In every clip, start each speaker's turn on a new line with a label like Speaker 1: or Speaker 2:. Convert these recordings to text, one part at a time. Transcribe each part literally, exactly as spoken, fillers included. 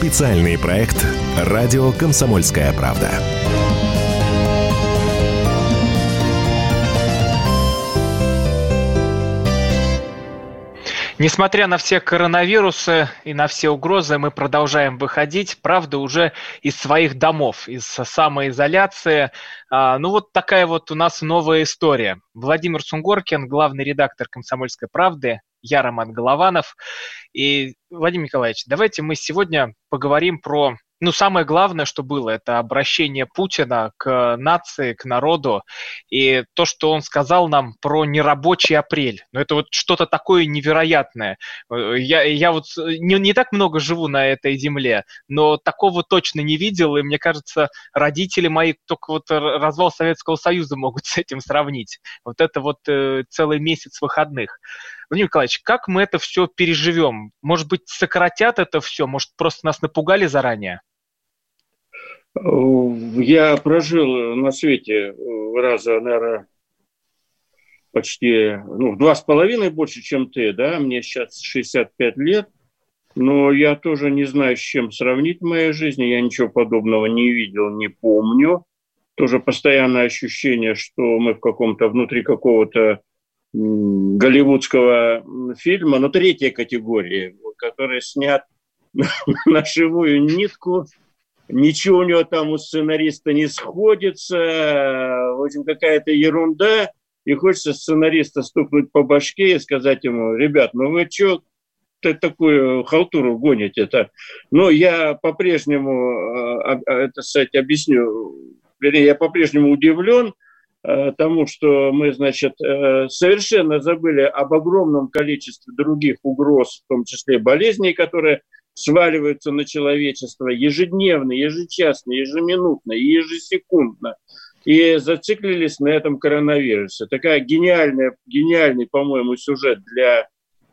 Speaker 1: Специальный проект «Радио Комсомольская правда».
Speaker 2: Несмотря на все коронавирусы и на все угрозы, мы продолжаем выходить, правда, уже из своих домов, из самоизоляции. А, ну вот такая вот у нас новая история. Владимир Сунгоркин, главный редактор «Комсомольской правды», я Роман Голованов. И, Владимир Николаевич, давайте мы сегодня поговорим про... Ну, самое главное, что было, это обращение Путина к нации, к народу, и то, что он сказал нам про нерабочий апрель. Ну, это вот что-то такое невероятное. Я, я вот не, не так много живу на этой земле, но такого точно не видел, и мне кажется, родители мои только вот развал Советского Союза могут с этим сравнить. Вот это вот э, целый месяц выходных. Владимир Николаевич, как мы это все переживем? Может быть, сократят это все? Может, просто нас напугали заранее?
Speaker 3: Я прожил на свете раза, наверное, почти, ну, в два с половиной больше, чем ты, да, мне сейчас шестьдесят пять лет, но я тоже не знаю, с чем сравнить в моей жизни, я ничего подобного не видел, не помню. Тоже постоянное ощущение, что мы в каком-то, внутри какого-то голливудского фильма, но третьей категории, который снят на живую нитку. Ничего у него там у сценариста не сходится, в общем, какая-то ерунда, и хочется сценариста стукнуть по башке и сказать ему: ребят, ну вы что такую халтуру гоните-то? Но я по-прежнему, это, кстати, объясню, вернее, я по-прежнему удивлен тому, что мы, значит, совершенно забыли об огромном количестве других угроз, в том числе болезней, которые сваливаются на человечество ежедневно, ежечасно, ежеминутно, ежесекундно. И зациклились на этом коронавирусе. Такая гениальная, гениальный, по-моему, сюжет для,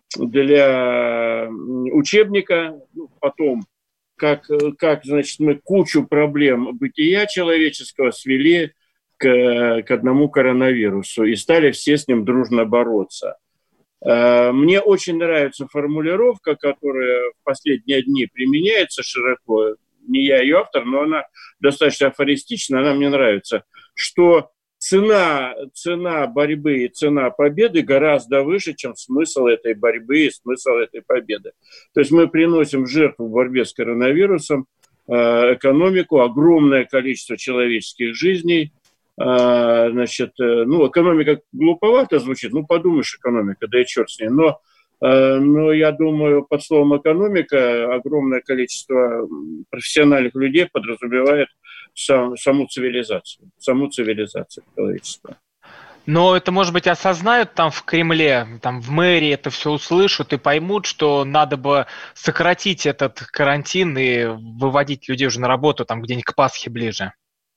Speaker 3: для учебника. Ну, потом, как, как, значит, мы кучу проблем бытия человеческого свели к, к одному коронавирусу и стали все с ним дружно бороться. Мне очень нравится формулировка, которая в последние дни применяется широко. Не я ее автор, но она достаточно афористична, она мне нравится, что цена, цена борьбы и цена победы гораздо выше, чем смысл этой борьбы и смысл этой победы. То есть мы приносим в жертву в борьбе с коронавирусом экономику, огромное количество человеческих жизней. Значит, ну, экономика глуповато звучит, ну, подумаешь, экономика, да и черт с ней. Но, но я думаю, под словом экономика огромное количество профессиональных людей подразумевает сам, саму цивилизацию, саму цивилизацию человечества.
Speaker 2: Но это, может быть, осознают там в Кремле, там в мэрии это все услышат и поймут, что надо бы сократить этот карантин и выводить людей уже на работу там где-нибудь к Пасхе ближе.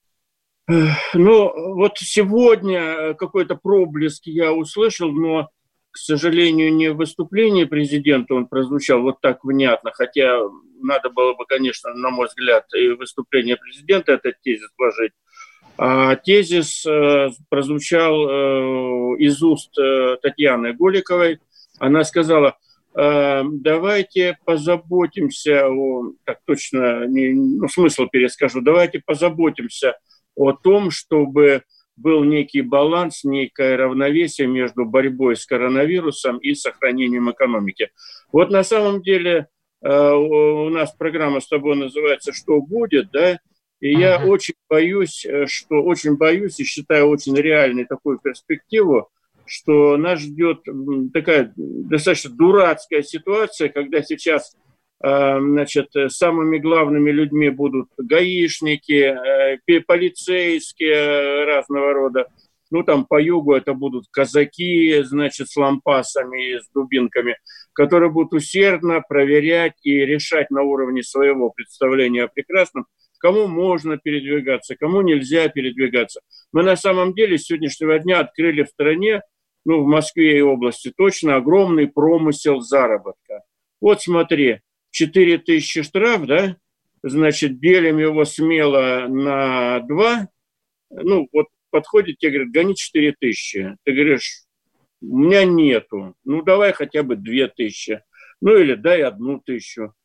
Speaker 3: Ну, вот сегодня какой-то проблеск я услышал, но, к сожалению, не в выступлении президента он прозвучал вот так внятно, хотя надо было бы, конечно, на мой взгляд, и выступление президента этот тезис вложить. А тезис прозвучал из уст Татьяны Голиковой. Она сказала: давайте позаботимся, о, так точно, не, ну, смысл перескажу, давайте позаботимся о том, чтобы был некий баланс, некое равновесие между борьбой с коронавирусом и сохранением экономики. Вот на самом деле у нас программа с тобой называется «Что будет?», да, и я uh-huh. очень боюсь, что очень боюсь и считаю очень реальной такую перспективу, что нас ждет такая достаточно дурацкая ситуация, когда сейчас значит, самыми главными людьми будут гаишники, полицейские разного рода. Ну, там по югу это будут казаки, значит, с лампасами, с дубинками, которые будут усердно проверять и решать на уровне своего представления о прекрасном, кому можно передвигаться, кому нельзя передвигаться. Мы на самом деле с сегодняшнего дня открыли в стране, ну, в Москве и области точно, огромный промысел заработка. Вот смотри, четыре тысячи штраф, да, значит, делим его смело на два, ну, вот подходит тебе, говорит, гони четыре тысячи. Ты говоришь, у меня нету, ну, давай хотя бы две тысячи, ну, или дай одну тысячу.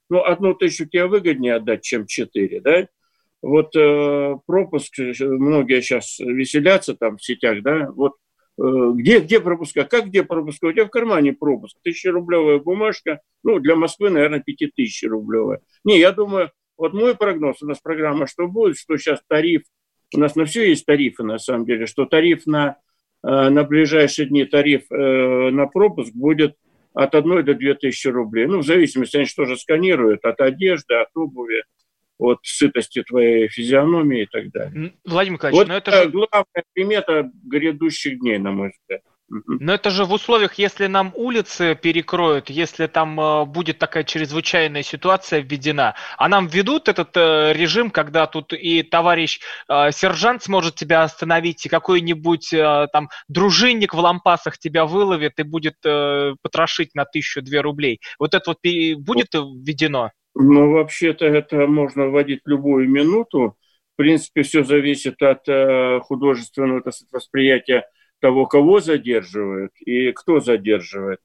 Speaker 3: ну, одну тысячу тебе выгоднее отдать, чем четыре, да? Вот э, пропуск, многие сейчас веселятся там в сетях, да, вот э, где, где пропуска, как где пропуска, у тебя в кармане пропуск, тысячерублевая бумажка, ну, для Москвы, наверное, пятитысячерублевая. Не, я думаю, вот мой прогноз, у нас программа, что будет, что сейчас тариф, у нас на все есть тарифы, на самом деле, что тариф на, э, на ближайшие дни, тариф э, на пропуск будет от одной до двух тысяч рублей, ну, в зависимости, они что же сканируют, от одежды, от обуви, от сытости твоей физиономии и так далее.
Speaker 2: Владимир Николаевич,
Speaker 3: вот
Speaker 2: но это
Speaker 3: же...
Speaker 2: же...
Speaker 3: главная примета грядущих дней, на мой взгляд.
Speaker 2: Но это же в условиях, если нам улицы перекроют, если там э, будет такая чрезвычайная ситуация введена, а нам введут этот э, режим, когда тут и товарищ э, сержант сможет тебя остановить, и какой-нибудь э, там дружинник в лампасах тебя выловит и будет э, потрошить на тысячу-две рублей. Вот это вот будет введено?
Speaker 3: Ну, вообще-то это можно вводить любую минуту. В принципе, все зависит от э, художественного, так сказать, восприятия того, кого задерживают и кто задерживает.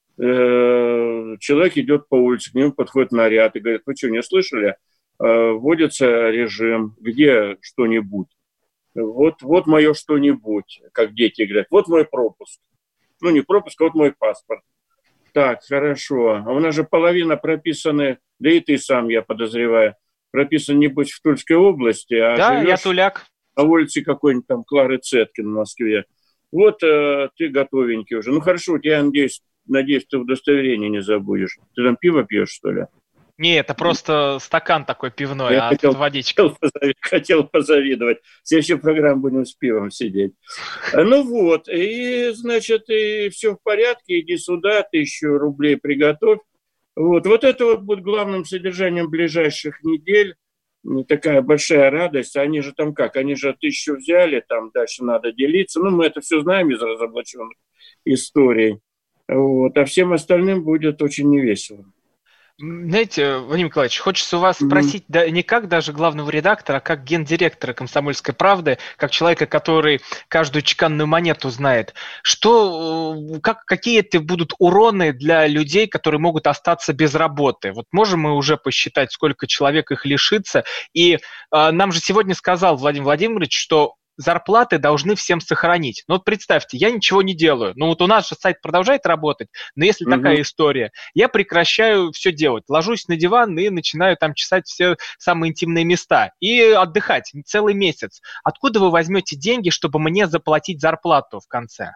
Speaker 3: Э, человек идет по улице, к нему подходит наряд и говорит: вы что, не слышали? Э, вводится режим, где что-нибудь. Вот, вот мое что-нибудь, как дети говорят. Вот мой пропуск. Ну, не пропуск, а вот мой паспорт. Так, хорошо. А у нас же половина прописаны, да и ты сам, я подозреваю, прописан, небось, в Тульской области, а
Speaker 2: да, я туляк.
Speaker 3: На улице какой-нибудь там Клары Цеткин в Москве. Вот э, ты готовенький уже. Ну, хорошо, у тебя, надеюсь, надеюсь, ты удостоверение не забудешь. Ты там пиво пьешь, что ли?
Speaker 2: Не, это просто стакан такой пивной,
Speaker 3: я
Speaker 2: а
Speaker 3: хотел,
Speaker 2: тут водичка.
Speaker 3: Хотел позавидовать, хотел позавидовать. В следующей программе будем с пивом сидеть. Ну вот, и, значит, и все в порядке, иди сюда, тысячу рублей приготовь. Вот, вот это вот будет главным содержанием ближайших недель. Такая большая радость. Они же там как? Они же тысячу взяли, там дальше надо делиться. Ну, мы это все знаем из разоблаченных историй. Вот, а всем остальным будет очень невесело.
Speaker 2: Знаете, Владимир Николаевич, хочется у вас спросить, mm-hmm. да, не как даже главного редактора, а как гендиректора «Комсомольской правды», как человека, который каждую чеканную монету знает. Что, как, какие это будут уроны для людей, которые могут остаться без работы? Вот можем мы уже посчитать, сколько человек их лишится? И э, нам же сегодня сказал Владимир Владимирович, что зарплаты должны всем сохранить. Ну вот представьте, я ничего не делаю. Ну вот у нас же сайт продолжает работать, но если угу. такая история, я прекращаю все делать. Ложусь на диван и начинаю там чесать все самые интимные места и отдыхать целый месяц. Откуда вы возьмете деньги, чтобы мне заплатить зарплату в конце?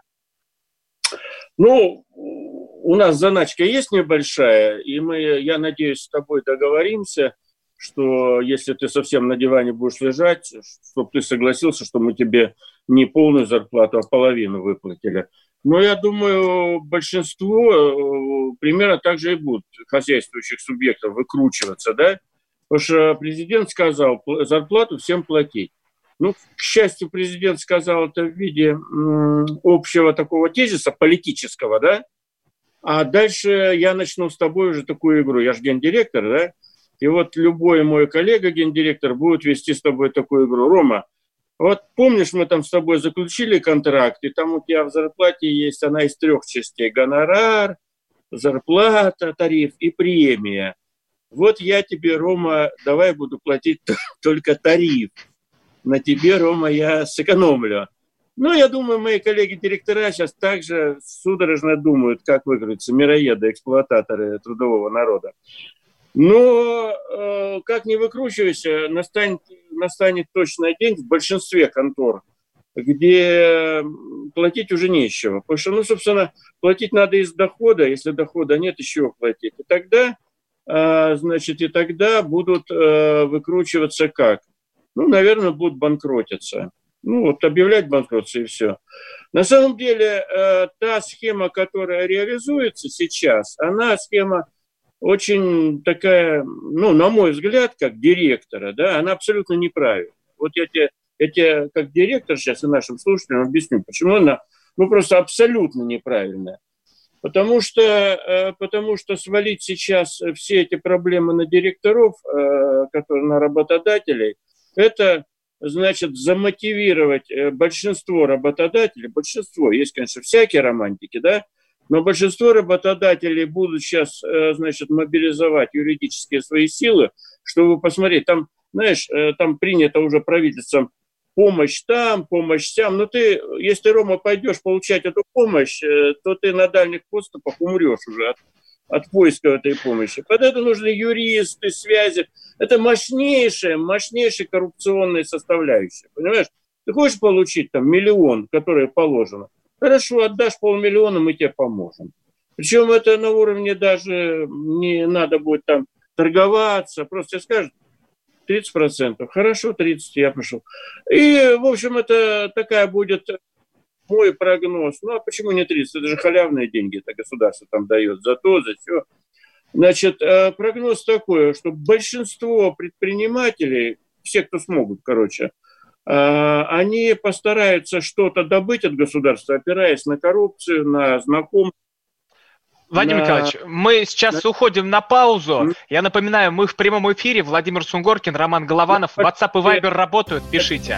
Speaker 3: Ну, у нас заначка есть небольшая, и мы, я надеюсь, с тобой договоримся, что если ты совсем на диване будешь лежать, чтобы ты согласился, что мы тебе не полную зарплату, а половину выплатили. Но я думаю, большинство примерно так же и будут хозяйствующих субъектов выкручиваться, да? Потому что президент сказал, зарплату всем платить. Ну, к счастью, президент сказал это в виде м, общего такого тезиса политического, да? А дальше я начну с тобой уже такую игру. Я же гендиректор, да? И вот любой мой коллега, гендиректор, будет вести с тобой такую игру. Рома, вот помнишь, мы там с тобой заключили контракт, и там у тебя в зарплате есть, она из трех частей. Гонорар, зарплата, тариф и премия. Вот я тебе, Рома, давай буду платить только тариф. На тебе, Рома, я сэкономлю. Ну, я думаю, мои коллеги-директора сейчас также судорожно думают, как выкрутиться, мироеды, эксплуататоры трудового народа. Но э, как ни выкручивайся, настанет, настанет точный день в большинстве контор, где платить уже нечего. Потому что, ну, собственно, платить надо из дохода, если дохода нет, еще платить. И тогда, э, значит, и тогда будут э, выкручиваться как? Ну, наверное, будут банкротиться. Ну, вот объявлять банкротство и все. На самом деле, э, та схема, которая реализуется сейчас, она схема очень такая, ну, на мой взгляд, как директора, да, она абсолютно неправильная. Вот я тебе, я тебе как директор сейчас и нашим слушателям объясню, почему она, ну, просто абсолютно неправильная. Потому что, потому что свалить сейчас все эти проблемы на директоров, которые на работодателей, это значит замотивировать большинство работодателей, большинство, есть, конечно, всякие романтики, да, Но большинство работодателей будут сейчас, значит, мобилизовать юридические свои силы, чтобы посмотреть. Там, знаешь, там принято уже правительством помощь там, помощь там. Но ты, если, Рома, пойдешь получать эту помощь, то ты на дальних подступах умрешь уже от, от поиска этой помощи. Под это нужны юристы, связи. Это мощнейшая, мощнейшая коррупционная составляющая. Понимаешь? Ты хочешь получить там миллион, который положено? Хорошо, отдашь полмиллиона, мы тебе поможем. Причем это на уровне даже не надо будет там торговаться, просто скажут тридцать процентов. Хорошо, тридцать, я пошел. И, в общем, это такая будет мой прогноз. Ну, а почему не тридцать? Это же халявные деньги, это государство там дает за то, за все. Значит, прогноз такой, что большинство предпринимателей, все, кто смогут, короче, они постараются что-то добыть от государства, опираясь на коррупцию, на знакомых.
Speaker 2: Владимир на... Николаевич, мы сейчас на... уходим на паузу. Я напоминаю, мы в прямом эфире. Владимир Сунгоркин, Роман Голованов. WhatsApp и Viber работают. Пишите.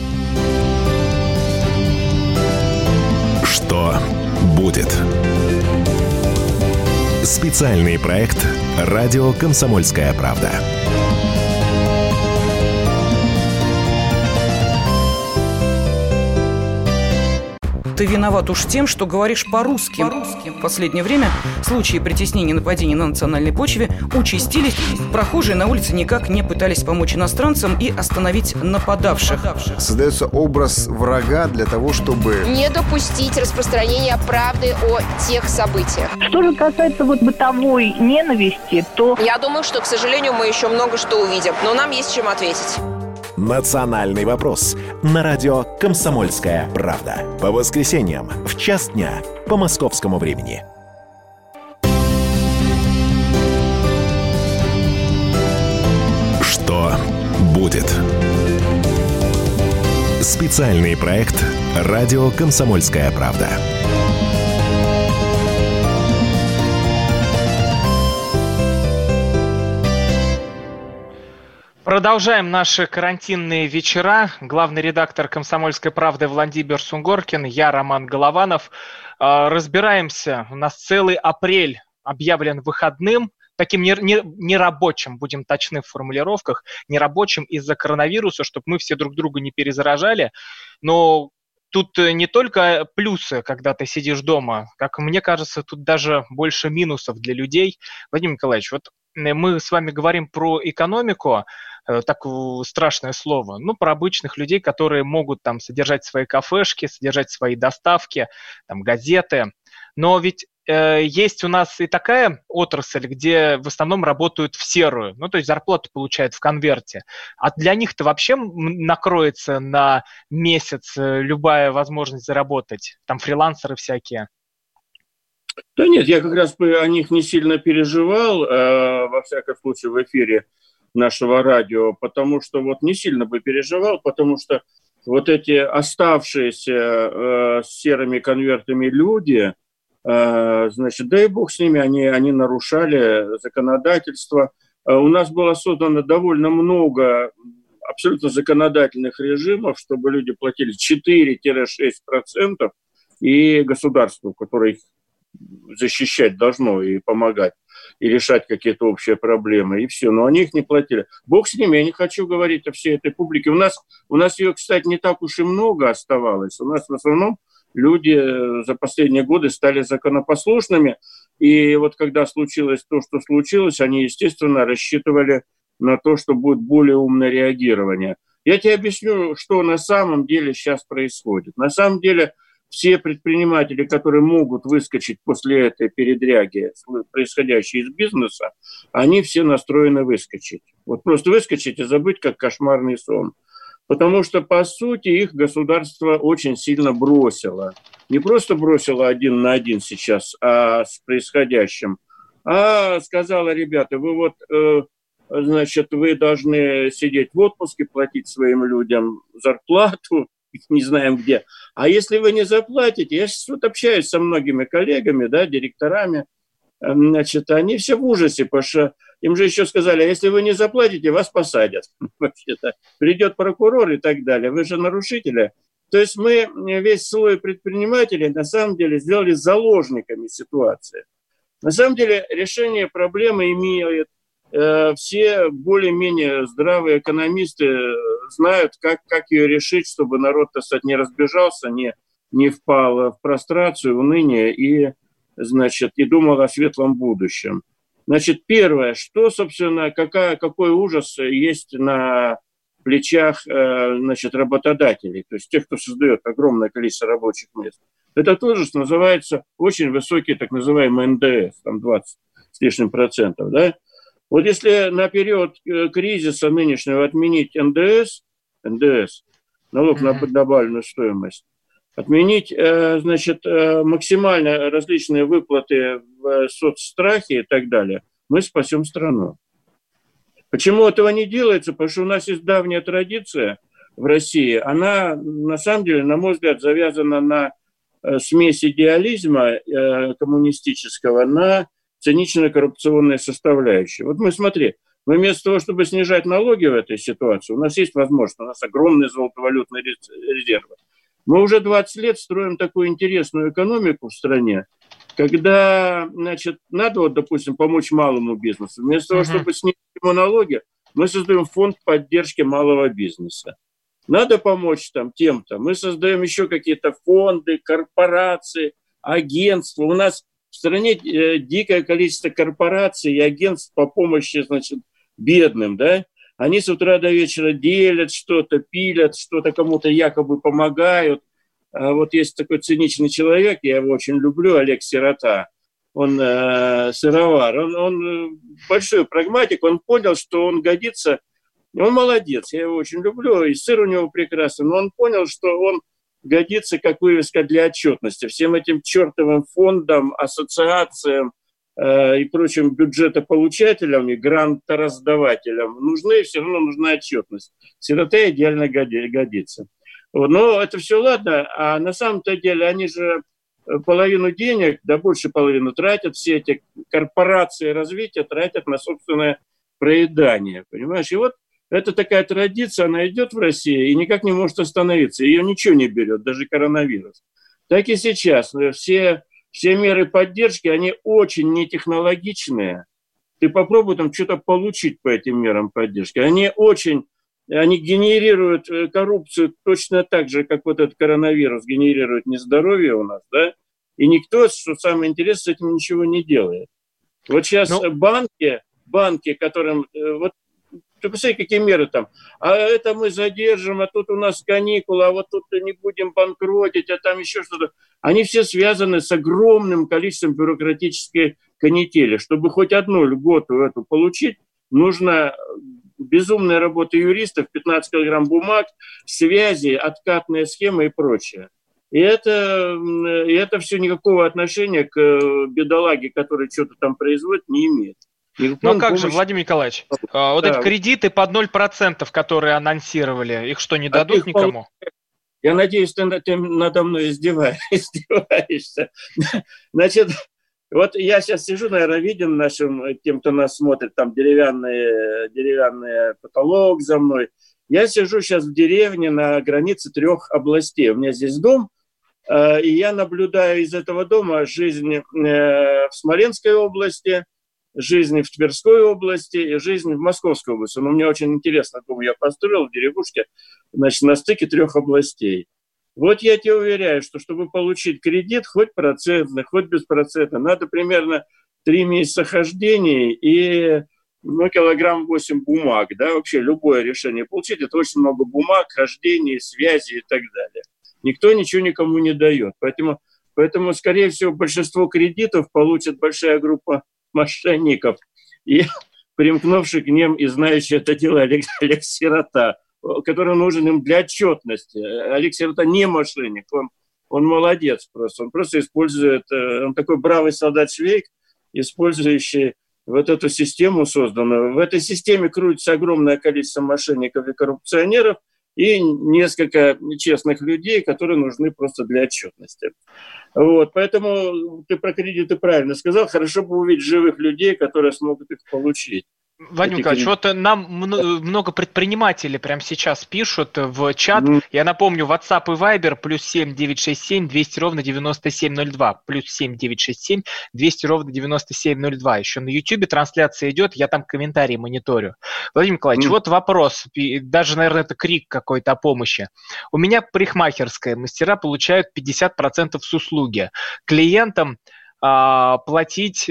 Speaker 1: Что будет? Специальный проект «Радио Комсомольская правда».
Speaker 4: Ты виноват уж тем, что говоришь по-русски. по-русски. В последнее время случаи притеснения и нападений на национальной почве участились. Прохожие на улице никак не пытались помочь иностранцам и остановить нападавших.
Speaker 5: Создается образ врага для того, чтобы
Speaker 6: не допустить распространения правды о тех событиях.
Speaker 7: Что же касается вот бытовой ненависти, то...
Speaker 6: Я думаю, что, к сожалению, мы еще много что увидим, но нам есть чем ответить.
Speaker 1: «Национальный вопрос» на радио «Комсомольская правда». По воскресеньям в час дня по московскому времени. Что будет? Специальный проект «Радио Комсомольская правда».
Speaker 2: Продолжаем наши карантинные вечера. Главный редактор «Комсомольской правды» Владимир Сунгоркин, я Роман Голованов. Разбираемся. У нас целый апрель объявлен выходным, таким нерабочим, будем точны в формулировках, нерабочим из-за коронавируса, чтобы мы все друг друга не перезаражали. Но тут не только плюсы, когда ты сидишь дома, как мне кажется, тут даже больше минусов для людей. Владимир Николаевич, вот мы с вами говорим про экономику, так страшное слово, ну, про обычных людей, которые могут там содержать свои кафешки, содержать свои доставки, там, газеты. Но ведь э, есть у нас и такая отрасль, где в основном работают в серую, ну, то есть зарплату получают в конверте. А для них-то вообще накроется на месяц любая возможность заработать, там фрилансеры всякие.
Speaker 3: Да нет, я как раз о них не сильно переживал, э, во всяком случае, в эфире нашего радио, потому что вот не сильно бы переживал, потому что вот эти оставшиеся э, с серыми конвертами люди, э, значит, дай бог с ними, они, они нарушали законодательство. Э, у нас было создано довольно много абсолютно законодательных режимов, чтобы люди платили четыре-шесть процентов, и государству, которое их защищать должно и помогать, и решать какие-то общие проблемы, и все. Но они их не платили. Бог с ними, я не хочу говорить о всей этой публике. У нас, у нас ее, кстати, не так уж и много оставалось. У нас в основном люди за последние годы стали законопослушными. И вот когда случилось то, что случилось, они, естественно, рассчитывали на то, что будет более умное реагирование. Я тебе объясню, что на самом деле сейчас происходит. На самом деле все предприниматели, которые могут выскочить после этой передряги, происходящей из бизнеса, они все настроены выскочить. Вот просто выскочить и забыть, как кошмарный сон. Потому что, по сути, их государство очень сильно бросило. Не просто бросило один на один сейчас а с происходящим, а сказала: ребята, вы вот, э, значит, вы должны сидеть в отпуске, платить своим людям зарплату, не знаем где. А если вы не заплатите, я сейчас вот общаюсь со многими коллегами, да, директорами, значит, они все в ужасе, потому что им же еще сказали: а если вы не заплатите, вас посадят. Вообще-то придет прокурор и так далее. Вы же нарушители. То есть мы весь слой предпринимателей на самом деле сделали заложниками ситуации. На самом деле решение проблемы имеют э, все более-менее здравые экономисты, знают, как, как ее решить, чтобы народ, так сказать, не разбежался, не, не впал в прострацию, уныние и, значит, и думал о светлом будущем. Значит, первое, что, собственно, какая, какой ужас есть на плечах, значит, работодателей, то есть тех, кто создает огромное количество рабочих мест. Этот ужас называется очень высокий так называемый эн дэ эс, там двадцать с лишним процентов, да? Вот если на период кризиса нынешнего отменить эн дэ эс, эн дэ эс, налог на добавленную стоимость, отменить, значит, максимально различные выплаты в соцстрахе и так далее, мы спасем страну. Почему этого не делается? Потому что у нас есть давняя традиция в России. Она, на самом деле, на мой взгляд, завязана на смесь идеализма коммунистического на цинично-коррупционные составляющие. Вот мы, смотри, мы вместо того, чтобы снижать налоги в этой ситуации, у нас есть возможность, у нас огромные золотовалютные резервы. Мы уже двадцать лет строим такую интересную экономику в стране, когда, значит, надо, вот, допустим, помочь малому бизнесу. Вместо того, чтобы снизить ему налоги, мы создаем фонд поддержки малого бизнеса. Надо помочь там тем-то. Мы создаем еще какие-то фонды, корпорации, агентства. У нас в стране э, дикое количество корпораций и агентств по помощи, значит, бедным, да? Они с утра до вечера делят что-то, пилят, что-то кому-то якобы помогают. А вот есть такой циничный человек, я его очень люблю, Олег Сирота. Он э, сыровар, он, он большой прагматик, он понял, что он годится. Он молодец, я его очень люблю, и сыр у него прекрасный, но он понял, что он годится как вывеска для отчетности. Всем этим чертовым фондам, ассоциациям э, и прочим бюджетополучателям и грантораздавателям нужны, все равно нужна отчетность. Сирота идеально годится. Вот, но это все ладно, а на самом-то деле они же половину денег, да больше половины тратят, все эти корпорации развития тратят на собственное проедание, понимаешь? И вот это такая традиция, она идет в России и никак не может остановиться. Ее ничего не берет, даже коронавирус. Так и сейчас. Все, все меры поддержки, они очень нетехнологичные. Ты попробуй там что-то получить по этим мерам поддержки. Они очень, они генерируют коррупцию точно так же, как вот этот коронавирус генерирует нездоровье у нас, да? И никто, что самое интересное, с этим ничего не делает. Вот сейчас ну... банки, банки, которым... Вот, ты посмотри, какие меры там. А это мы задержим, а тут у нас каникулы, а вот тут не будем банкротить, а там еще что-то. Они все связаны с огромным количеством бюрократической канители. Чтобы хоть одну льготу эту получить, нужно безумная работа юристов, пятнадцать килограмм бумаг, связи, откатные схемы и прочее. И это, и это все никакого отношения к бедолаге, который что-то там производит, не имеет.
Speaker 2: Ну а как помощи... же, Владимир Николаевич, да. вот эти кредиты под ноль процентов, которые анонсировали, их что, не дадут а их никому?
Speaker 3: Пол... Я надеюсь, ты, ты надо мной издеваешься. Значит, вот я сейчас сижу на Аэровидении, нашим, тем, кто нас смотрит, там деревянный, деревянный потолок за мной. Я сижу сейчас в деревне на границе трех областей. У меня здесь дом, и я наблюдаю из этого дома жизнь в Смоленской области, жизнь в Тверской области и жизнь в Московской области. Но мне очень интересно, дом я построил в деревушке, значит, на стыке трех областей. Вот я тебе уверяю, что чтобы получить кредит, хоть процентный, хоть беспроцентный, надо примерно три месяца хождений и ну, килограмм восемь бумаг. Да? Вообще любое решение получить, это очень много бумаг, хождений, связей и так далее. Никто ничего никому не дает. Поэтому, поэтому скорее всего, большинство кредитов получит большая группа мошенников и примкнувший к ним и знающий это дело Олег, Олег Сирота, который нужен им для отчетности. Олег Сирота не мошенник, он, он молодец просто. Он просто использует, он такой бравый солдат-швейк, использующий вот эту систему созданную. В этой системе крутится огромное количество мошенников и коррупционеров и несколько честных людей, которые нужны просто для отчетности. Вот, поэтому ты про кредиты правильно сказал. Хорошо бы увидеть живых людей, которые смогут их получить.
Speaker 2: Владимир Николаевич, вот нам много предпринимателей прямо сейчас пишут в чат. Mm. Я напомню, WhatsApp и Viber плюс семь девятьсот шестьдесят семь двести ровно девяносто семь ноль два. Плюс семь девятьсот шестьдесят семь двести ровно девяносто семь ноль два. Еще на YouTube трансляция идет, я там комментарии мониторю. Владимир Николаевич, mm. вот вопрос. Даже, наверное, это крик какой-то о помощи. У меня парикмахерская. Мастера получают пятьдесят процентов с услуги. Клиентам а, платить...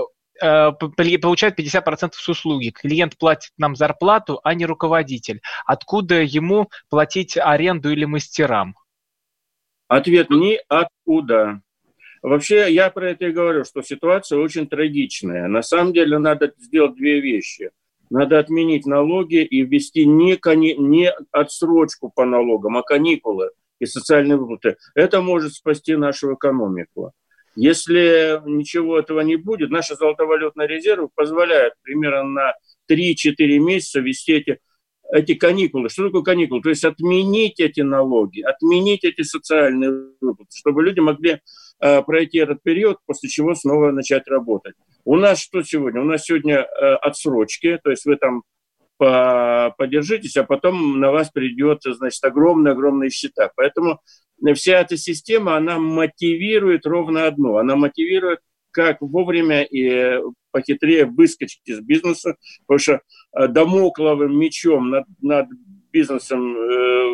Speaker 2: получает пятьдесят процентов с услуги. Клиент платит нам зарплату, а не руководитель. Откуда ему платить аренду или мастерам?
Speaker 3: Ответ – ниоткуда. Вообще, я про это и говорю, что ситуация очень трагичная. На самом деле, надо сделать две вещи. Надо отменить налоги и ввести не, кони... не отсрочку по налогам, а каникулы и социальные выплаты. Это может спасти нашу экономику. Если ничего этого не будет, наши золотовалютные резервы позволяют примерно на три-четыре месяца вести эти, эти каникулы. Что такое каникулы? То есть отменить эти налоги, отменить эти социальные выплаты, чтобы люди могли э, пройти этот период, после чего снова начать работать. У нас что сегодня? У нас сегодня э, отсрочки, то есть вы там по, подержитесь, а потом на вас придет, значит, огромные-огромные счета. Поэтому вся эта система, она мотивирует ровно одно. Она мотивирует, как вовремя и похитрее выскочить из бизнеса, потому что дамокловым мечом над, над бизнесом э,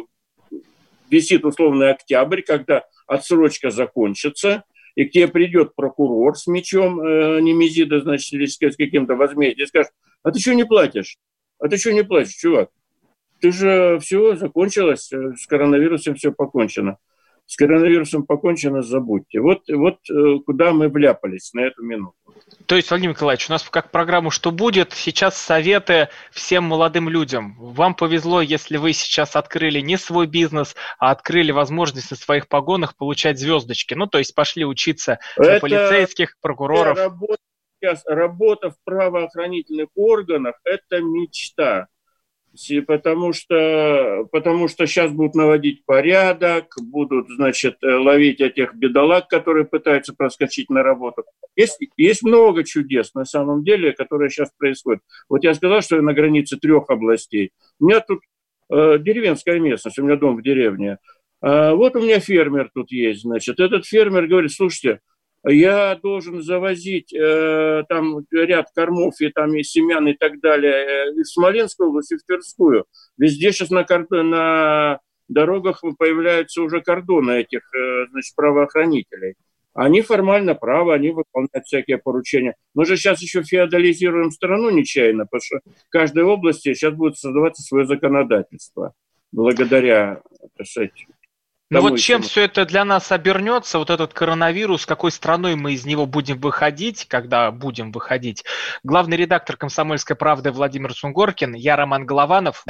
Speaker 3: висит условный октябрь, когда отсрочка закончится, и к тебе придет прокурор с мечом э, Немезида, значит, или с каким-то возмездием, и скажет: а ты что не платишь? А ты что не платишь, чувак? Ты же все закончилось, с коронавирусом все покончено. С коронавирусом покончено, забудьте. Вот, вот куда мы вляпались на эту минуту.
Speaker 2: То есть, Владимир Николаевич, у нас как программа «Что будет?» сейчас советы всем молодым людям. Вам повезло, если вы сейчас открыли не свой бизнес, а открыли возможность на своих погонах получать звездочки. Ну, то есть пошли учиться на полицейских, прокуроров.
Speaker 3: Работа, сейчас, работа в правоохранительных органах – это мечта. Потому что, потому что сейчас будут наводить порядок, будут, значит, ловить этих бедолаг, которые пытаются проскочить на работу. Есть, есть много чудес, на самом деле, которые сейчас происходят. Вот я сказал, что я на границе трех областей. У меня тут э, деревенская местность, у меня дом в деревне. Э, вот у меня фермер тут есть, значит. Этот фермер говорит: слушайте, я должен завозить э, там ряд кормов и, там, и семян и так далее э, из Смоленской области в Тверскую. Везде сейчас на, на дорогах появляются уже кордоны этих э, значит, правоохранителей. Они формально правы, они выполняют всякие поручения. Мы же сейчас еще феодализируем страну нечаянно, потому что в каждой области сейчас будет создаваться свое законодательство. Благодаря, так сказать,
Speaker 2: Ну вот чем все это для нас обернется, вот этот коронавирус, какой страной мы из него будем выходить, когда будем выходить. Главный редактор «Комсомольской правды» Владимир Сунгоркин, я Роман Голованов.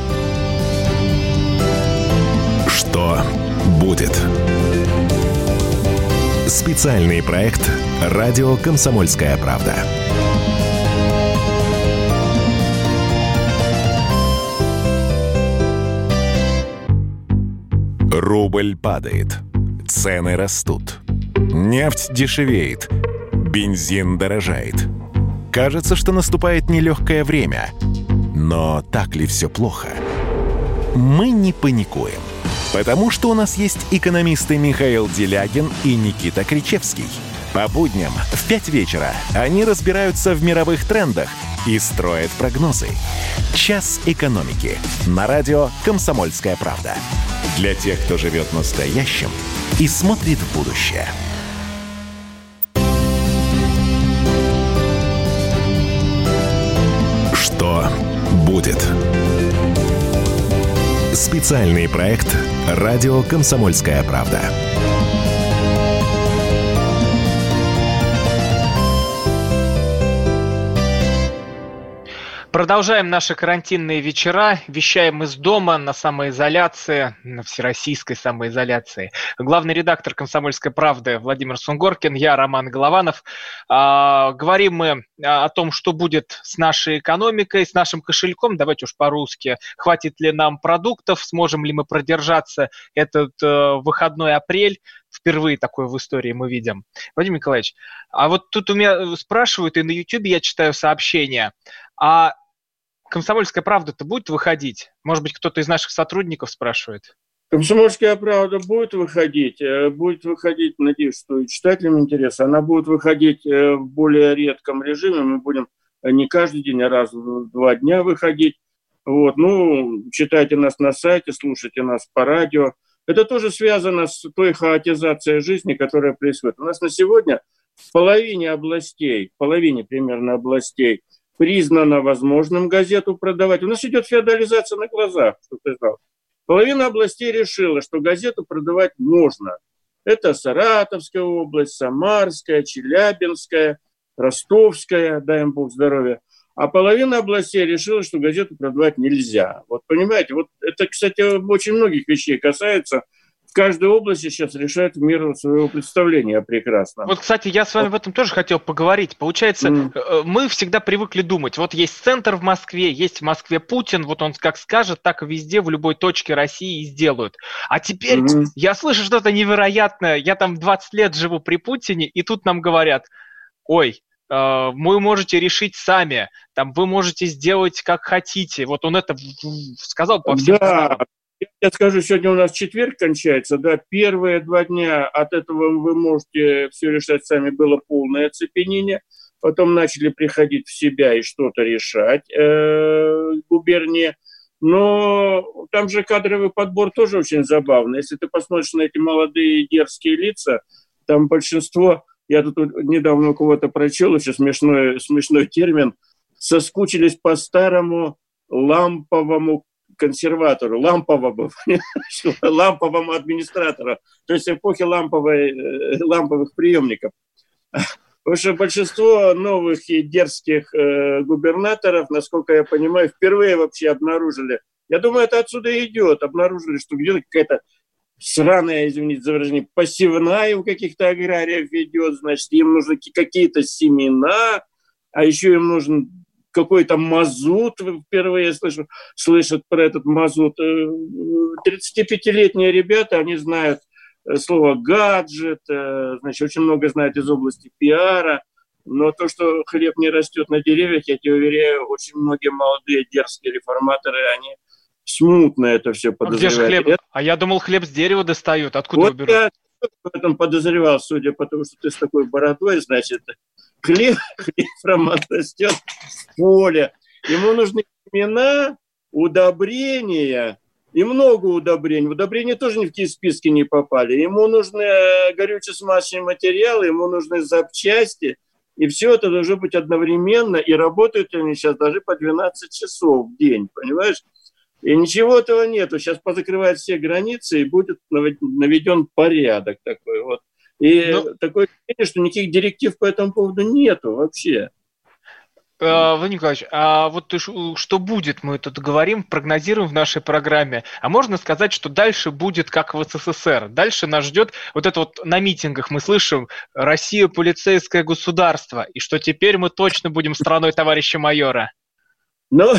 Speaker 1: Что будет? Специальный проект «Радио Комсомольская правда». Рубль падает, цены растут, нефть дешевеет, бензин дорожает. Кажется, что наступает нелегкое время. Но так ли все плохо? Мы не паникуем, потому что у нас есть экономисты Михаил Делягин и Никита Кричевский. По будням в пять вечера они разбираются в мировых трендах и строят прогнозы. «Час экономики» на радио «Комсомольская правда». Для тех, кто живет настоящим и смотрит в будущее. Что будет? Специальный проект «Радио Комсомольская правда».
Speaker 2: Продолжаем наши карантинные вечера. Вещаем из дома на самоизоляции, на всероссийской самоизоляции. Главный редактор «Комсомольской правды» Владимир Сунгоркин, я Роман Голованов. А, говорим мы о том, что будет с нашей экономикой, с нашим кошельком. Давайте уж по-русски. Хватит ли нам продуктов? Сможем ли мы продержаться этот э, выходной апрель? впервые такое в истории мы видим. Владимир Николаевич, а вот тут у меня спрашивают, и на Ютубе я читаю сообщения, а «Комсомольская правда»-то будет выходить? Может быть, кто-то из наших сотрудников спрашивает?
Speaker 3: «Комсомольская правда» будет выходить, будет выходить, надеюсь, что и читателям интересно. Она будет выходить в более редком режиме. Мы будем не каждый день, а раз в два дня выходить. Вот. Ну, читайте нас на сайте, слушайте нас по радио. Это тоже связано с той хаотизацией жизни, которая происходит. У нас на сегодня в половине областей, в половине примерно областей признано возможным газету продавать. У нас идет феодализация на глазах, что ты знал. Половина областей решила, что газету продавать можно. Это Саратовская область, Самарская, Челябинская, Ростовская, дай им Бог здоровья. А половина областей решила, что газету продавать нельзя. Вот понимаете, вот это, кстати, очень многих вещей касается. В каждой области сейчас решают в меру своего представления прекрасно.
Speaker 2: Вот, кстати, я с вами об этом тоже хотел поговорить. Получается, mm. мы всегда привыкли думать, вот есть центр в Москве, есть в Москве Путин, вот он как скажет, так и везде, в любой точке России сделают. А теперь mm-hmm. я слышу что-то невероятное, я там двадцать лет живу при Путине, и тут нам говорят, ой, вы можете решить сами, там, вы можете сделать как хотите. Вот он это сказал по всем каналам.
Speaker 3: Да. Я скажу, сегодня у нас четверг кончается, да, первые два дня от этого вы можете все решать сами, было полное оцепенение, потом начали приходить в себя и что-то решать э, губернии, но там же кадровый подбор тоже очень забавный. Если ты посмотришь на эти молодые дерзкие лица, там большинство, я тут недавно у кого-то прочел, еще смешной, смешной термин, соскучились по старому ламповому консерватору, ламповому, ламповому администратору, то есть эпохи ламповой, ламповых приемников. Потому что большинство новых и дерзких э, губернаторов, насколько я понимаю, впервые вообще обнаружили, я думаю, это отсюда и идет, обнаружили, что где-то какая-то сраная, извините за выражение, посевная у каких-то аграриев идет, значит, им нужны какие-то семена, а еще им нужен какой-то мазут, впервые слышу, слышат про этот мазут. тридцатипятилетние ребята, они знают слово гаджет, значит, очень много знают из области пиара, но то, что хлеб не растет на деревьях, я тебе уверяю, очень многие молодые дерзкие реформаторы, они смутно это все подозревают.
Speaker 2: А где же хлеб? А я думал, хлеб с дерева достают. Откуда
Speaker 3: вот
Speaker 2: его берут?
Speaker 3: Я в этом подозревал, судя по тому, что ты с такой бородой, значит, хлеб, хлеб растет в поле. Ему нужны семена, удобрения, и много удобрений. Удобрения тоже ни в какие списки не попали. Ему нужны горюче-смазочные материалы, ему нужны запчасти, и все это должно быть одновременно, и работают они сейчас даже по двенадцать часов в день, понимаешь? И ничего этого нету. Сейчас позакрывают все границы, и будет наведен порядок такой вот. И ну, такое ощущение, что никаких директив по этому поводу нету вообще.
Speaker 2: Владимир Николаевич, а вот что будет, мы тут говорим, прогнозируем в нашей программе. А можно сказать, что дальше будет как в СССР? Дальше нас ждет вот это вот на митингах мы слышим «Россия – полицейское государство», и что теперь мы точно будем страной товарища майора.
Speaker 3: Ну,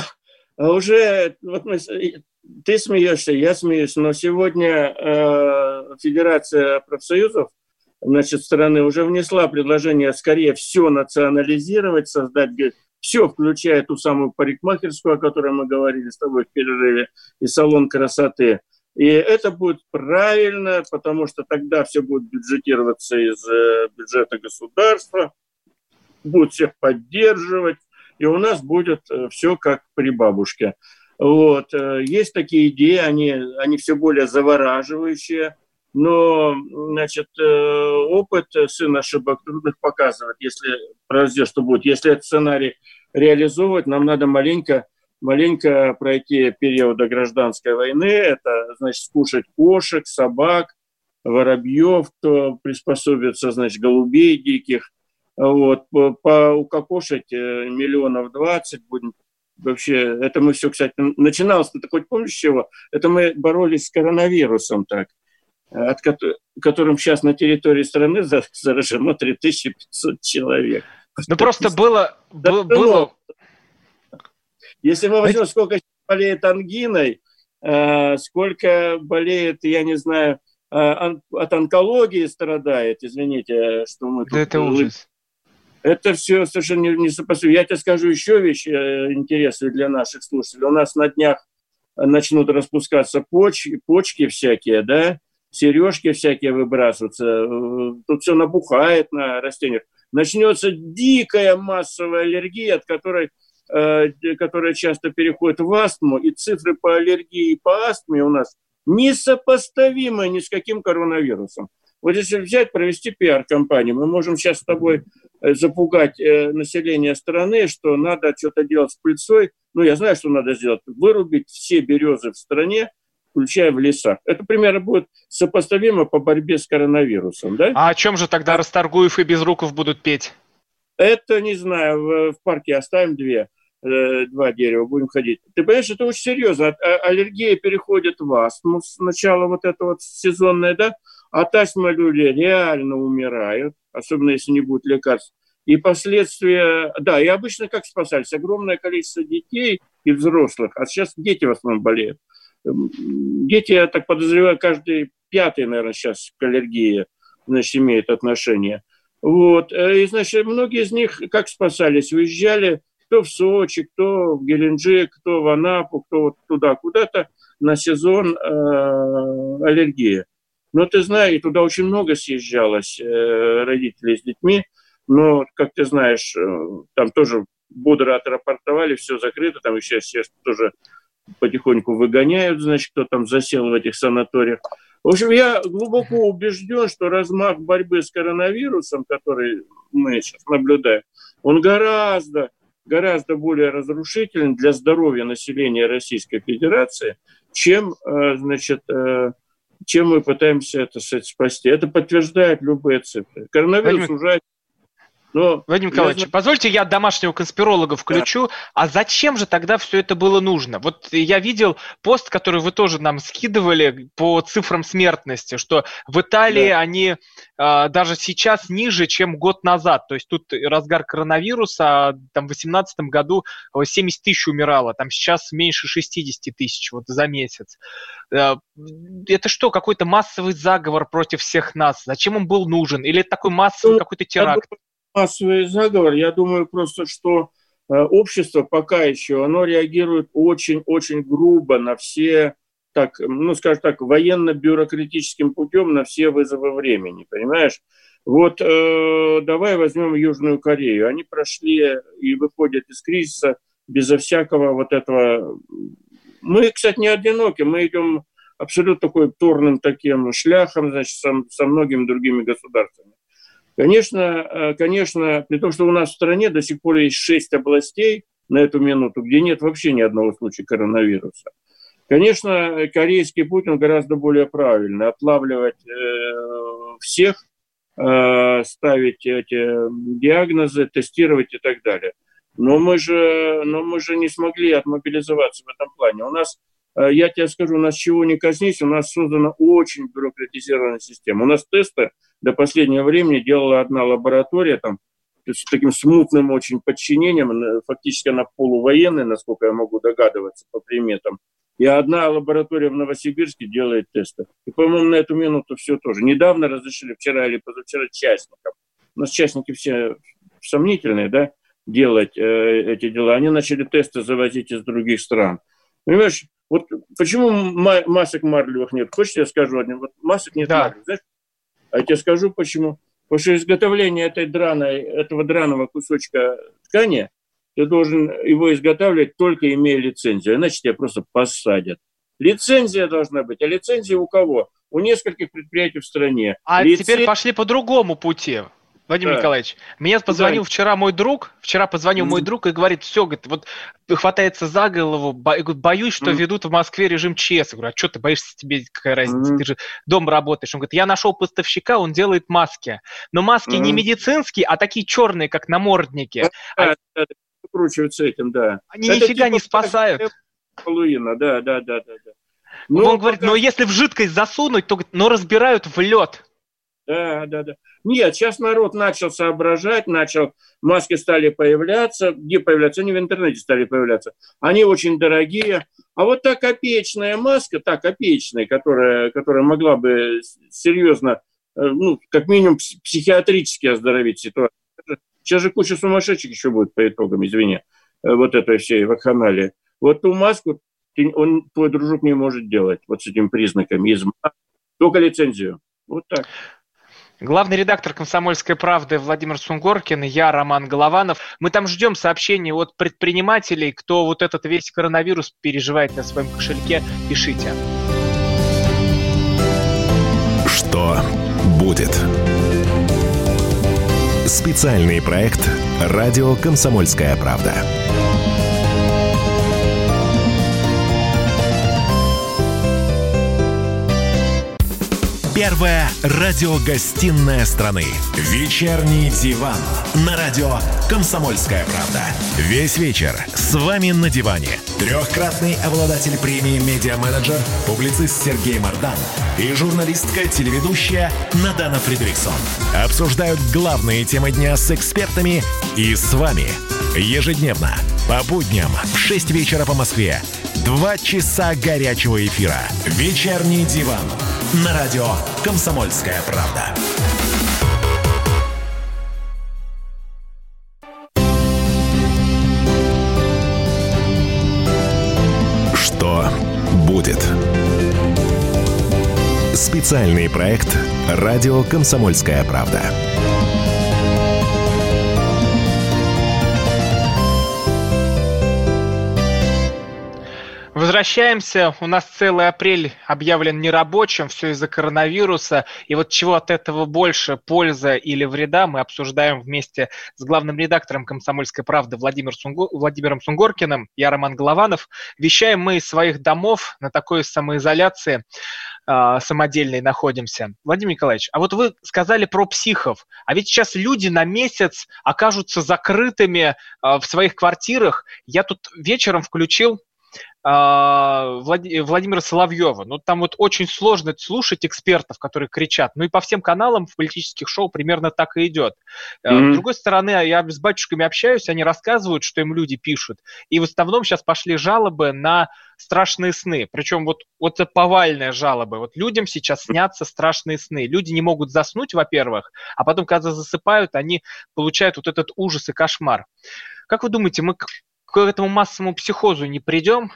Speaker 3: уже вот мы, ты смеешься, я смеюсь, но сегодня э, Федерация профсоюзов, значит, страны уже внесла предложение скорее все национализировать, создать все, включая ту самую парикмахерскую, о которой мы говорили с тобой в перерыве, и салон красоты. И это будет правильно, потому что тогда все будет бюджетироваться из э, бюджета государства, будут всех поддерживать, и у нас будет все как при бабушке. Вот. Есть такие идеи, они, они все более завораживающие, но, значит, опыт сын ошибок трудных показывает, если произойдет, что будет. Если этот сценарий реализовывать, нам надо маленько, маленько пройти период гражданской войны, это, значит, скушать кошек, собак, воробьев, кто приспособится, значит, голубей диких, вот, поукокошить миллионов двадцать будем. Вообще, это мы все, кстати, начиналось, ты хоть помнишь чего? Это мы боролись с коронавирусом так, от которым сейчас на территории страны заражено три тысячи пятьсот человек.
Speaker 2: Ну просто было... было, было...
Speaker 3: Если мы возьмем, сколько болеет ангиной, сколько болеет, я не знаю, от онкологии страдает, извините, что мы тут...
Speaker 2: Да это ужас.
Speaker 3: Это все совершенно несопоставимо. Я тебе скажу еще вещь интересную для наших слушателей. У нас на днях начнут распускаться почки, почки всякие, да, сережки всякие выбрасываться. Тут все набухает на растениях. Начнется дикая массовая аллергия, от которой, которая часто переходит в астму, и цифры по аллергии и по астме у нас несопоставимы ни с каким коронавирусом. Вот если взять, провести пиар-компанию, мы можем сейчас с тобой запугать население страны, что надо что-то делать с пыльцой. Ну, я знаю, что надо сделать. Вырубить все березы в стране, включая в лесах. Это примерно будет сопоставимо по борьбе с коронавирусом, да?
Speaker 2: А о чем же тогда Расторгуев и Безруков будут петь?
Speaker 3: Это, не знаю, в, в парке оставим две, э, два дерева, будем ходить. Ты понимаешь, это очень серьезно. А, аллергия переходит в астму сначала, вот это вот сезонное, да? От астмы люди реально умирают, особенно если не будет лекарств. И последствия, да, и обычно как спасались? Огромное количество детей и взрослых, а сейчас дети в основном болеют. Дети, я так подозреваю, каждый пятый, наверное, сейчас к аллергии, значит, имеет отношение. Вот, и, значит, многие из них как спасались? Уезжали кто в Сочи, кто в Геленджик, кто в Анапу, кто вот туда, куда-то на сезон э, аллергии. Но ты знаешь, туда очень много съезжалось э, родителей с детьми, но, как ты знаешь, э, там тоже бодро отрапортовали, все закрыто, там еще все тоже потихоньку выгоняют, значит, кто там засел в этих санаториях. В общем, я глубоко убежден, что размах борьбы с коронавирусом, который мы сейчас наблюдаем, он гораздо, гораздо более разрушителен для здоровья населения Российской Федерации, чем, э, значит, э, чем мы пытаемся это спасти. Это подтверждает любые цифры. Коронавирус
Speaker 2: Владимир...
Speaker 3: ужасен. Но
Speaker 2: Владимир Николаевич,
Speaker 3: знаю...
Speaker 2: позвольте я домашнего конспиролога включу. Да. А зачем же тогда все это было нужно? Вот я видел пост, который вы тоже нам скидывали по цифрам смертности, что в Италии да. они а, даже сейчас ниже, чем год назад. То есть тут разгар коронавируса, а, там в две тысячи восемнадцатом году семьдесят тысяч умирало, там сейчас меньше шестьдесят тысяч вот за месяц. А, это что, какой-то массовый заговор против всех нас? Зачем он был нужен? Или это такой массовый ну, какой-то теракт?
Speaker 3: Массовый заговор, я думаю просто, что э, общество пока еще, оно реагирует очень-очень грубо на все, так, ну, скажем так, военно-бюрократическим путем на все вызовы времени, понимаешь? Вот э, давай возьмем Южную Корею. Они прошли и выходят из кризиса безо всякого вот этого. Мы, кстати, не одиноки, мы идем абсолютно такой торным таким шляхом, значит, со, со многими другими государствами. Конечно, конечно, при том, что у нас в стране до сих пор есть шесть областей на эту минуту, где нет вообще ни одного случая коронавируса. Конечно, корейский путь, он гораздо более правильный. Отлавливать э, всех, э, ставить эти диагнозы, тестировать и так далее. Но мы же, но мы же не смогли отмобилизоваться в этом плане. У нас, э, я тебе скажу, у нас чего не коснись, у нас создана очень бюрократизированная система. У нас тесты до последнего времени делала одна лаборатория, там, с таким смутным очень подчинением, фактически она полувоенная, насколько я могу догадываться по приметам. И одна лаборатория в Новосибирске делает тесты. И, по-моему, на эту минуту все тоже. Недавно разрешили, вчера или позавчера, частникам. У нас частники все сомнительные, да, делать э, эти дела. Они начали тесты завозить из других стран. Понимаешь, вот почему ма- масок марлевых нет? Хочешь, я скажу один? Вот масок нет
Speaker 2: да.
Speaker 3: марлевых, знаешь? А я тебе скажу, почему. Потому что изготовление этой драной, этого драного кусочка ткани, ты должен его изготавливать, только имея лицензию. Иначе тебя просто посадят. Лицензия должна быть. А лицензия у кого? У нескольких предприятий в стране.
Speaker 2: А
Speaker 3: Лицен...
Speaker 2: теперь пошли по другому пути. Владимир да. Николаевич, мне позвонил да. вчера мой друг, вчера позвонил mm-hmm. мой друг и говорит, все, говорит, вот хватается за голову, бо, боюсь, что mm-hmm. ведут в Москве режим ЧС. Я говорю, а что ты боишься, тебе какая разница, mm-hmm. ты же дома работаешь. Он говорит, я нашел поставщика, он делает маски. Но маски mm-hmm. не медицинские, а такие черные, как намордники.
Speaker 3: Да, а... Выкручиваются этим, да.
Speaker 2: Они это нифига типа не спасают.
Speaker 3: Хэллоуина, да, да, да, да. да.
Speaker 2: Но, он говорит, пока... но если в жидкость засунуть, то но разбирают в лед.
Speaker 3: Да, да, да. Нет, сейчас народ начал соображать, начал, маски стали появляться. Где появляться? Они в интернете стали появляться. Они очень дорогие. А вот та копеечная маска, та копеечная, которая, которая могла бы серьезно, ну, как минимум психиатрически оздоровить ситуацию. Сейчас же куча сумасшедших еще будет по итогам, извини, вот этой всей вакханалии. Вот ту маску ты, он, твой дружок не может делать вот с этими признаками. Только лицензию. Вот так.
Speaker 2: Главный редактор «Комсомольской правды» Владимир Сунгоркин, я Роман Голованов. Мы там ждем сообщений от предпринимателей, кто вот этот весь коронавирус переживает на своем кошельке. Пишите.
Speaker 1: Что будет? Специальный проект «Радио Комсомольская правда». Первая радиогостинная страны. Вечерний диван. На радио «Комсомольская правда». Весь вечер с вами на диване. Трехкратный обладатель премии «Медиа-менеджер», публицист Сергей Мардан и журналистка-телеведущая Надана Фридриксон обсуждают главные темы дня с экспертами и с вами. Ежедневно, по будням, в шесть вечера по Москве. Два часа горячего эфира. Вечерний диван. На радио «Комсомольская правда». Что будет? Специальный проект «Радио Комсомольская правда».
Speaker 2: Возвращаемся. У нас целый апрель объявлен нерабочим, все из-за коронавируса. И вот чего от этого больше, польза или вреда, мы обсуждаем вместе с главным редактором «Комсомольской правды» Владимир Сунго... Владимиром Сунгоркиным. Я Роман Голованов. Вещаем мы из своих домов на такой самоизоляции э, самодельной находимся. Владимир Николаевич, а вот вы сказали про психов. А ведь сейчас люди на месяц окажутся закрытыми э, в своих квартирах. Я тут вечером включил Владимира Соловьева. Ну, там вот очень сложно слушать экспертов, которые кричат. Ну и по всем каналам в политических шоу примерно так и идет. Mm-hmm. С другой стороны, я с батюшками общаюсь, они рассказывают, что им люди пишут. И в основном сейчас пошли жалобы на страшные сны. Причем вот, вот это повальные жалобы. Вот людям сейчас снятся страшные сны. Люди не могут заснуть, во-первых, а потом, когда засыпают, они получают вот этот ужас и кошмар. Как вы думаете, мы к, к этому массовому психозу не придем?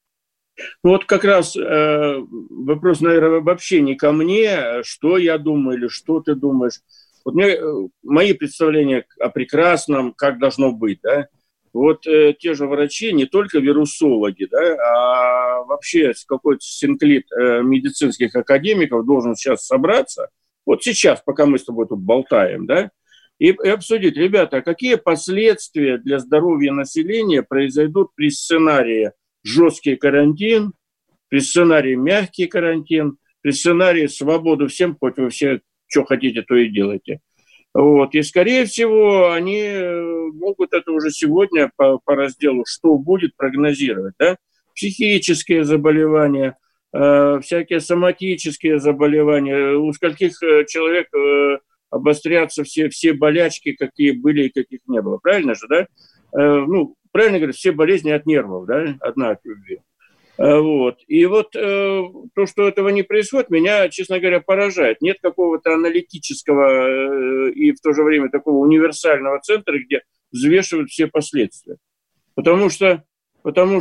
Speaker 3: Ну вот как раз э, вопрос, наверное, вообще не ко мне, что я думаю или что ты думаешь. Вот мне, мои представления о прекрасном, как должно быть, да, вот э, те же врачи, не только вирусологи, да, а вообще какой-то синклит э, медицинских академиков должен сейчас собраться, вот сейчас, пока мы с тобой тут болтаем, да, и, и обсудить, ребята, какие последствия для здоровья населения произойдут при сценарии жесткий карантин, при сценарии мягкий карантин, при сценарии свободу всем, хоть вы все что хотите, то и делайте. Вот. И, скорее всего, они могут это уже сегодня по, по разделу «Что будет» прогнозировать. Да? Психические заболевания, э, всякие соматические заболевания, у скольких человек э, обострятся все, все болячки, какие были и каких не было. Правильно же, да? Э, ну, правильно говорят, все болезни от нервов, да, одна от любви. Вот. И вот э, то, что этого не происходит, меня, честно говоря, поражает. Нет какого-то аналитического э, и в то же время такого универсального центра, где взвешивают все последствия. Потому что, потому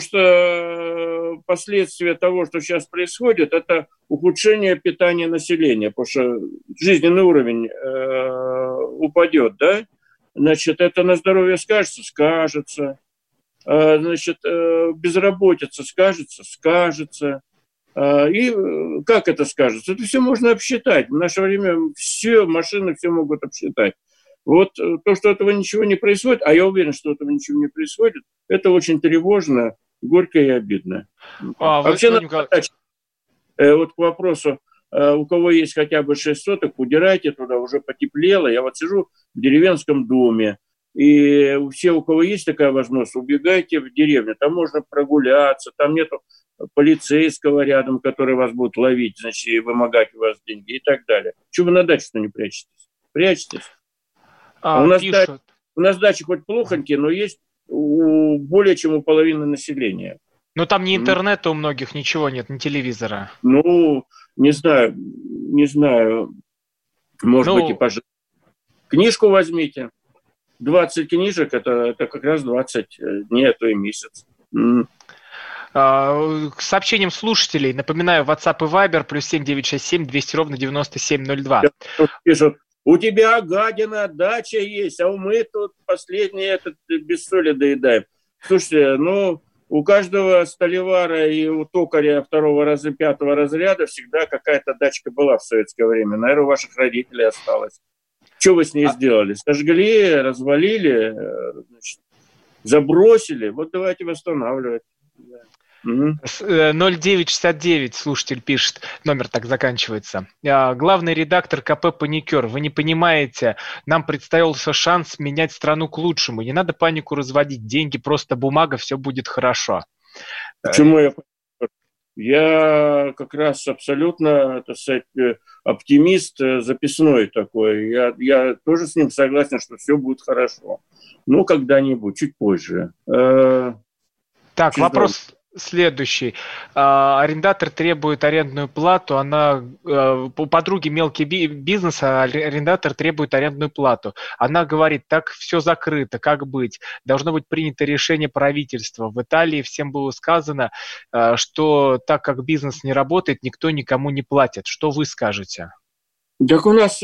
Speaker 3: что последствия того, что сейчас происходит, это ухудшение питания населения, потому что жизненный уровень э, упадет, да? Значит, это на здоровье скажется? Скажется. Значит, безработица скажется? Скажется. И как это скажется? Это все можно обсчитать. В наше время все, машины все могут обсчитать. Вот то, что этого ничего не происходит, а я уверен, что этого ничего не происходит, это очень тревожно, горько и обидно. А, Вообще, вы... надо, вот к вопросу, у кого есть хотя бы шесть соток, удирайте туда, уже потеплело. Я вот сижу в деревенском доме, И все, у кого есть такая возможность, убегайте в деревню. Там можно прогуляться, там нету полицейского рядом, который вас будет ловить, значит, и вымогать у вас деньги и так далее. Чего вы на даче-то не прячетесь? Прячетесь. А, а у, нас дача, у нас дачи хоть плохонькие, но есть у, более чем у половины населения.
Speaker 2: Но там ни интернета у многих, ничего нет, ни телевизора.
Speaker 3: Ну, не знаю, не знаю. Может ну... быть, и пожалуйста. Книжку возьмите. двадцать книжек, это, это как раз двадцать дней, а то и месяц. М.
Speaker 2: К сообщениям слушателей, напоминаю, WhatsApp и Viber, плюс семь девятьсот шестьдесят семь двести ровно девяносто семь ноль два.
Speaker 3: Пишут, у тебя, гадина, дача есть, а мы тут последний этот без соли доедаем. Слушайте, ну, у каждого столевара и у токаря второго раза, пятого разряда всегда какая-то дачка была в советское время. Наверное, у ваших родителей осталось. Что вы с ней а... сделали? Сожгли, развалили, значит, забросили. Вот давайте восстанавливать.
Speaker 2: ноль девять шестьдесят девять слушатель пишет, номер так заканчивается. Главный редактор ка пэ «Паникер», вы не понимаете, нам представился шанс менять страну к лучшему. Не надо панику разводить, деньги просто бумага, все будет хорошо.
Speaker 3: Почему я... Я как раз абсолютно, так сказать, оптимист записной такой. Я, я тоже с ним согласен, что все будет хорошо. Ну, когда-нибудь, чуть позже.
Speaker 2: Так, чуть вопрос... Долго. Следующий. Арендатор требует арендную плату, она у подруги мелкий бизнес, а арендатор требует арендную плату. Она говорит, так все закрыто, как быть? Должно быть принято решение правительства. В Италии всем было сказано, что так как бизнес не работает, никто никому не платит. Что вы скажете?
Speaker 3: Так у нас,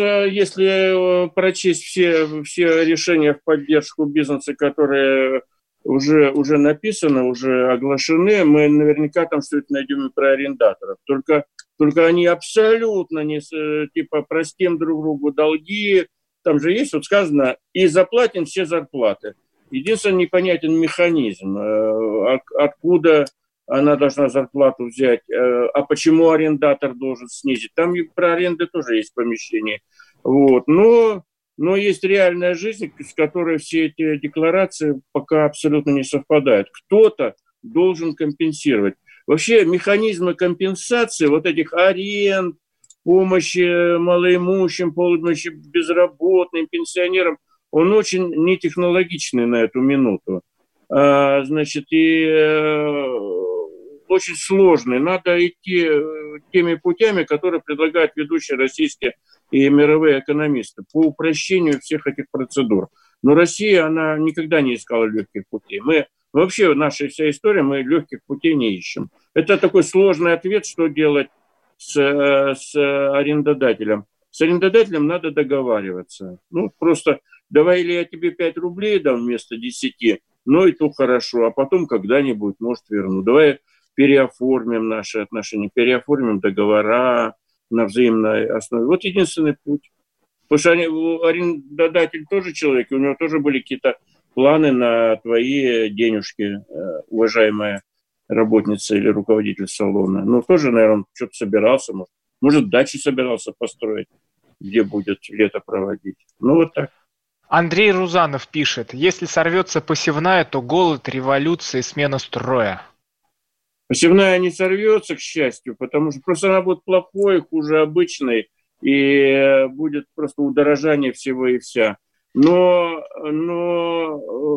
Speaker 3: если прочесть все, все решения в поддержку бизнеса, которые... Уже, уже написано, уже оглашены, мы наверняка там что-то найдем и про арендаторов. Только, только они абсолютно не, типа, простим друг другу долги. Там же есть, вот сказано, и заплатим все зарплаты. Единственный непонятен механизм, откуда она должна зарплату взять, а почему арендатор должен снизить. Там и про аренды тоже есть помещение. Вот, но... Но есть реальная жизнь, с которой все эти декларации пока абсолютно не совпадают. Кто-то должен компенсировать. Вообще механизмы компенсации вот этих аренд, помощи малоимущим, помощи безработным, пенсионерам, он очень нетехнологичный на эту минуту. А, значит, и э, очень сложный. Надо идти теми путями, которые предлагают ведущие российские и мировые экономисты по упрощению всех этих процедур. Но Россия, она никогда не искала легких путей. Мы вообще, наша вся история, мы легких путей не ищем. Это такой сложный ответ, что делать с, с арендодателем. С арендодателем надо договариваться. Ну, просто давай или я тебе пять рублей дам вместо десяти, ну и то хорошо, а потом когда-нибудь, может, верну. Давай переоформим наши отношения, переоформим договора на взаимной основе. Вот единственный путь. Потому что они, арендодатель тоже человек, у него тоже были какие-то планы на твои денежки, уважаемая работница или руководитель салона. Ну, тоже, наверное, он что-то собирался, может, может, дачу собирался построить, где будет лето проводить. Ну, вот так.
Speaker 2: Андрей Рузанов пишет, если сорвется посевная, то голод, революция и смена строя.
Speaker 3: Посевная не сорвется, к счастью, потому что просто она будет плохой, хуже обычной, и будет просто удорожание всего и вся. Но, но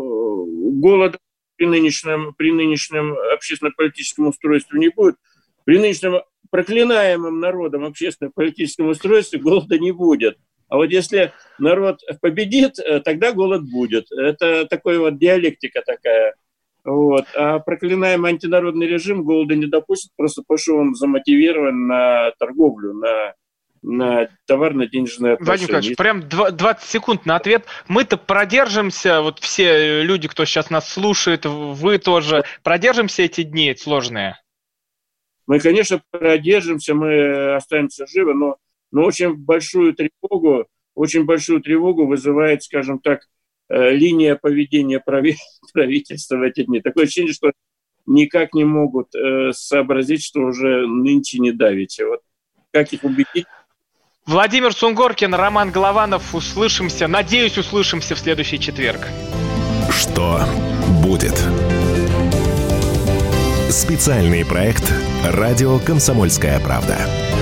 Speaker 3: голода при нынешнем, при нынешнем общественно-политическом устройстве не будет. При нынешнем проклинаемым народом общественно-политическом устройстве голода не будет. А вот если народ победит, тогда голод будет. Это такой вот диалектика такая. Вот. А проклинаемый антинародный режим голода не допустит, просто потому что он замотивирован на торговлю, на, на товарно-денежные отношения.
Speaker 2: Владимир Николаевич, прям двадцать секунд на ответ. Мы-то продержимся, вот все люди, кто сейчас нас слушает, вы тоже, продержимся эти дни сложные?
Speaker 3: Мы, конечно, продержимся, мы останемся живы, но, но очень большую тревогу, очень большую тревогу вызывает, скажем так, линия поведения правительства в эти дни. Такое ощущение, что никак не могут э, сообразить, что уже нынче не давеча. Вот как их убедить?
Speaker 2: Владимир Сунгоркин, Роман Голованов. Услышимся, надеюсь, услышимся в следующий четверг.
Speaker 1: Что будет? Специальный проект «Радио Комсомольская правда».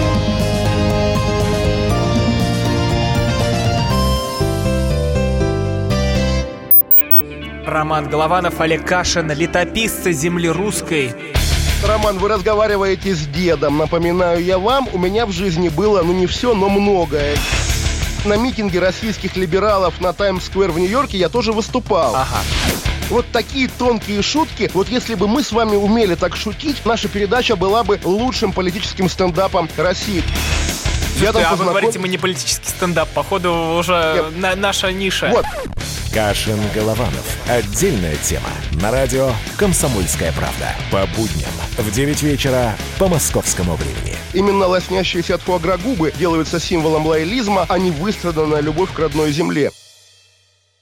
Speaker 2: Роман Голованов, Олег Кашин, летописцы земли русской.
Speaker 8: Роман, вы разговариваете с дедом. Напоминаю я вам, у меня в жизни было, ну не все, но многое. На митинге российских либералов на Таймс-сквер в Нью-Йорке я тоже выступал.
Speaker 2: Ага.
Speaker 8: Вот такие тонкие шутки, вот если бы мы с вами умели так шутить, наша передача была бы лучшим политическим стендапом России.
Speaker 2: Слушайте, а познаком... вы говорите, мы не политический стендап, походу уже на, наша ниша.
Speaker 8: Вот.
Speaker 1: Кашин, Голованов. Отдельная тема. На радио «Комсомольская правда». По будням в девять вечера по московскому времени.
Speaker 8: Именно лоснящиеся от фуагра губы делаются символом лоялизма, а не выстраданная любовь к родной земле.